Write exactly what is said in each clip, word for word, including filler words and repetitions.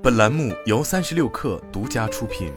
本栏目由三十六氪独家出品。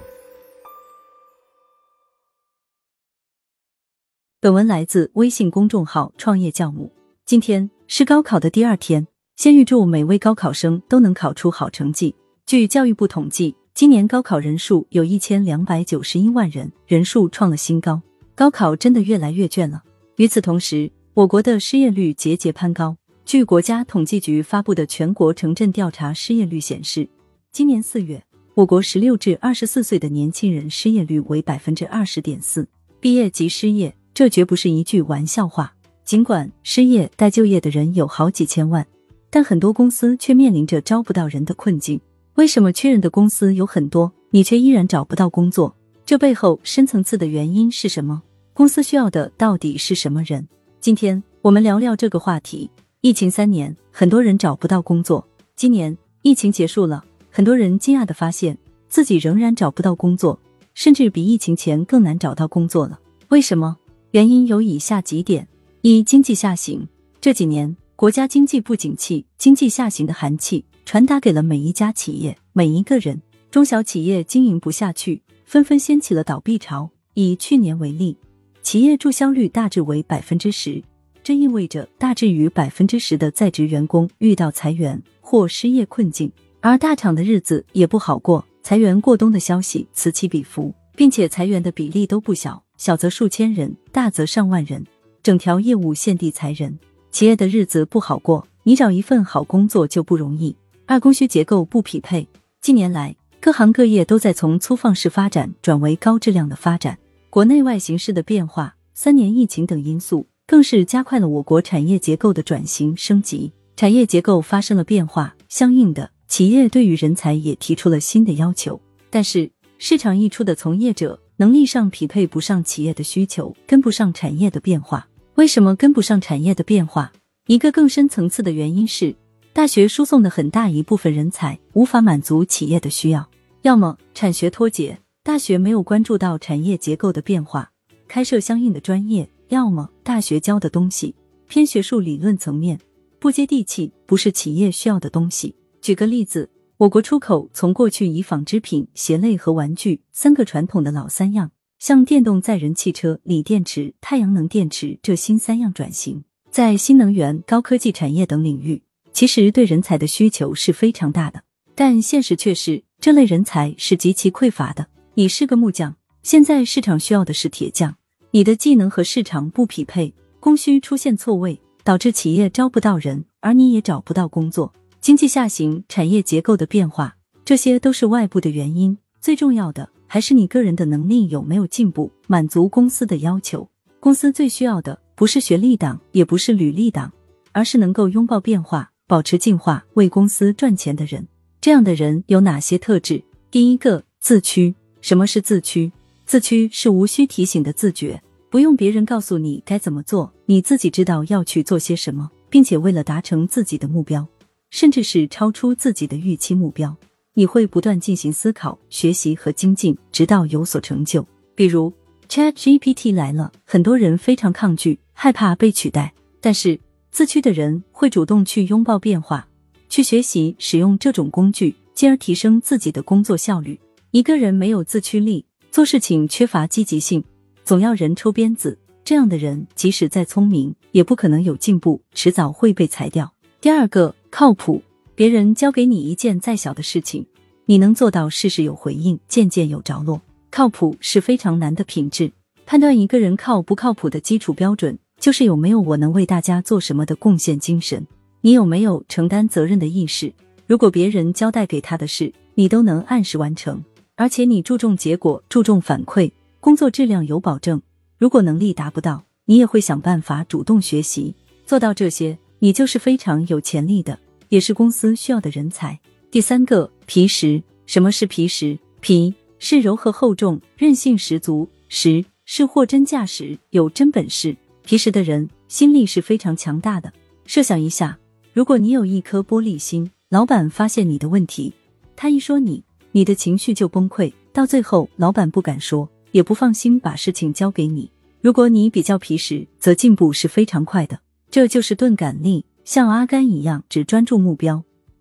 本文来自微信公众号创业教母。今天是高考的第二天，先预祝每位高考生都能考出好成绩。据教育部统计，今年高考人数有一千两百九十一万人，人数创了新高。高考真的越来越卷了。与此同时，我国的失业率节节攀高。据国家统计局发布的全国城镇调查失业率显示，今年四月，我国十六至二十四岁的年轻人失业率为 百分之二十点四， 毕业即失业，这绝不是一句玩笑话。尽管失业待就业的人有好几千万，但很多公司却面临着招不到人的困境。为什么缺人的公司有很多，你却依然找不到工作？这背后深层次的原因是什么？公司需要的到底是什么人？今天我们聊聊这个话题。疫情三年，很多人找不到工作。今年疫情结束了，很多人惊讶地发现自己仍然找不到工作，甚至比疫情前更难找到工作了。为什么？原因有以下几点。一、经济下行。这几年国家经济不景气，经济下行的寒气传达给了每一家企业，每一个人。中小企业经营不下去，纷纷掀起了倒闭潮。以去年为例，企业注销率大致为 百分之十， 这意味着大致逾 百分之十 的在职员工遇到裁员或失业困境。而大厂的日子也不好过，裁员过冬的消息此起彼伏，并且裁员的比例都不小，小则数千人，大则上万人，整条业务限地裁人。企业的日子不好过，你找一份好工作就不容易。二、供需结构不匹配。近年来，各行各业都在从粗放式发展转为高质量的发展，国内外形势的变化，三年疫情等因素，更是加快了我国产业结构的转型升级。产业结构发生了变化，相应的，企业对于人才也提出了新的要求。但是，市场溢出的从业者能力上匹配不上企业的需求，跟不上产业的变化。为什么跟不上产业的变化？一个更深层次的原因是，大学输送的很大一部分人才无法满足企业的需要。要么产学脱节，大学没有关注到产业结构的变化，开设相应的专业；要么大学教的东西偏学术理论层面，不接地气，不是企业需要的东西。举个例子，我国出口从过去以纺织品、鞋类和玩具三个传统的老三样，向电动载人汽车、锂电池、太阳能电池这新三样转型。在新能源、高科技产业等领域，其实对人才的需求是非常大的，但现实却是这类人才是极其匮乏的。你是个木匠，现在市场需要的是铁匠，你的技能和市场不匹配，供需出现错位，导致企业招不到人，而你也找不到工作。经济下行，产业结构的变化，这些都是外部的原因，最重要的还是你个人的能力有没有进步，满足公司的要求。公司最需要的不是学历党，也不是履历党，而是能够拥抱变化，保持进化，为公司赚钱的人。这样的人有哪些特质？第一个，自驱。什么是自驱？自驱是无需提醒的自觉，不用别人告诉你该怎么做，你自己知道要去做些什么，并且为了达成自己的目标，甚至是超出自己的预期目标，你会不断进行思考、学习和精进，直到有所成就。比如 Chat G P T 来了，很多人非常抗拒，害怕被取代，但是自驱的人会主动去拥抱变化，去学习使用这种工具，进而提升自己的工作效率。一个人没有自驱力，做事情缺乏积极性，总要人抽鞭子，这样的人即使再聪明，也不可能有进步，迟早会被裁掉。第二个，靠谱。别人交给你一件再小的事情，你能做到事事有回应，件件有着落。靠谱是非常难的品质。判断一个人靠不靠谱的基础标准，就是有没有我能为大家做什么的贡献精神。你有没有承担责任的意识？如果别人交代给他的事，你都能按时完成，而且你注重结果，注重反馈，工作质量有保证。如果能力达不到，你也会想办法主动学习。做到这些，你就是非常有潜力的，也是公司需要的人才。第三个，皮实。什么是皮实？皮是柔和厚重，韧性十足，实是货真价实，有真本事。皮实的人心力是非常强大的。设想一下，如果你有一颗玻璃心，老板发现你的问题，他一说你，你的情绪就崩溃，到最后老板不敢说，也不放心把事情交给你。如果你比较皮实，则进步是非常快的。这就是钝感力，像阿甘一样只专注目标，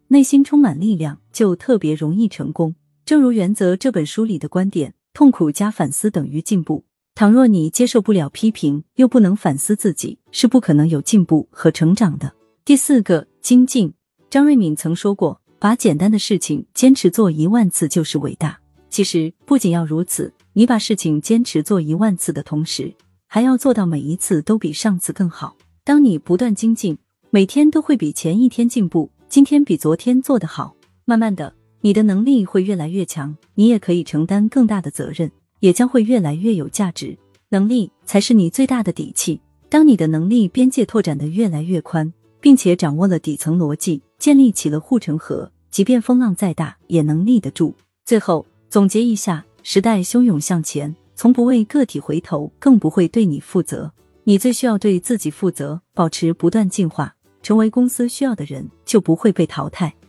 内心充满力量，就特别容易成功。正如《原则》这本书里的观点，痛苦加反思等于进步。倘若你接受不了批评，又不能反思自己，是不可能有进步和成长的。第四个，精进。张瑞敏曾说过，把简单的事情坚持做一万次就是伟大。其实不仅要如此，你把事情坚持做一万次的同时，还要做到每一次都比上次更好。当你不断精进，每天都会比前一天进步，今天比昨天做得好，慢慢的，你的能力会越来越强，你也可以承担更大的责任，也将会越来越有价值。能力才是你最大的底气。当你的能力边界拓展得越来越宽，并且掌握了底层逻辑，建立起了护城河，即便风浪再大，也能立得住。最后总结一下，时代汹涌向前，从不为个体回头，更不会对你负责。你最需要对自己负责，保持不断进化，成为公司需要的人，就不会被淘汰。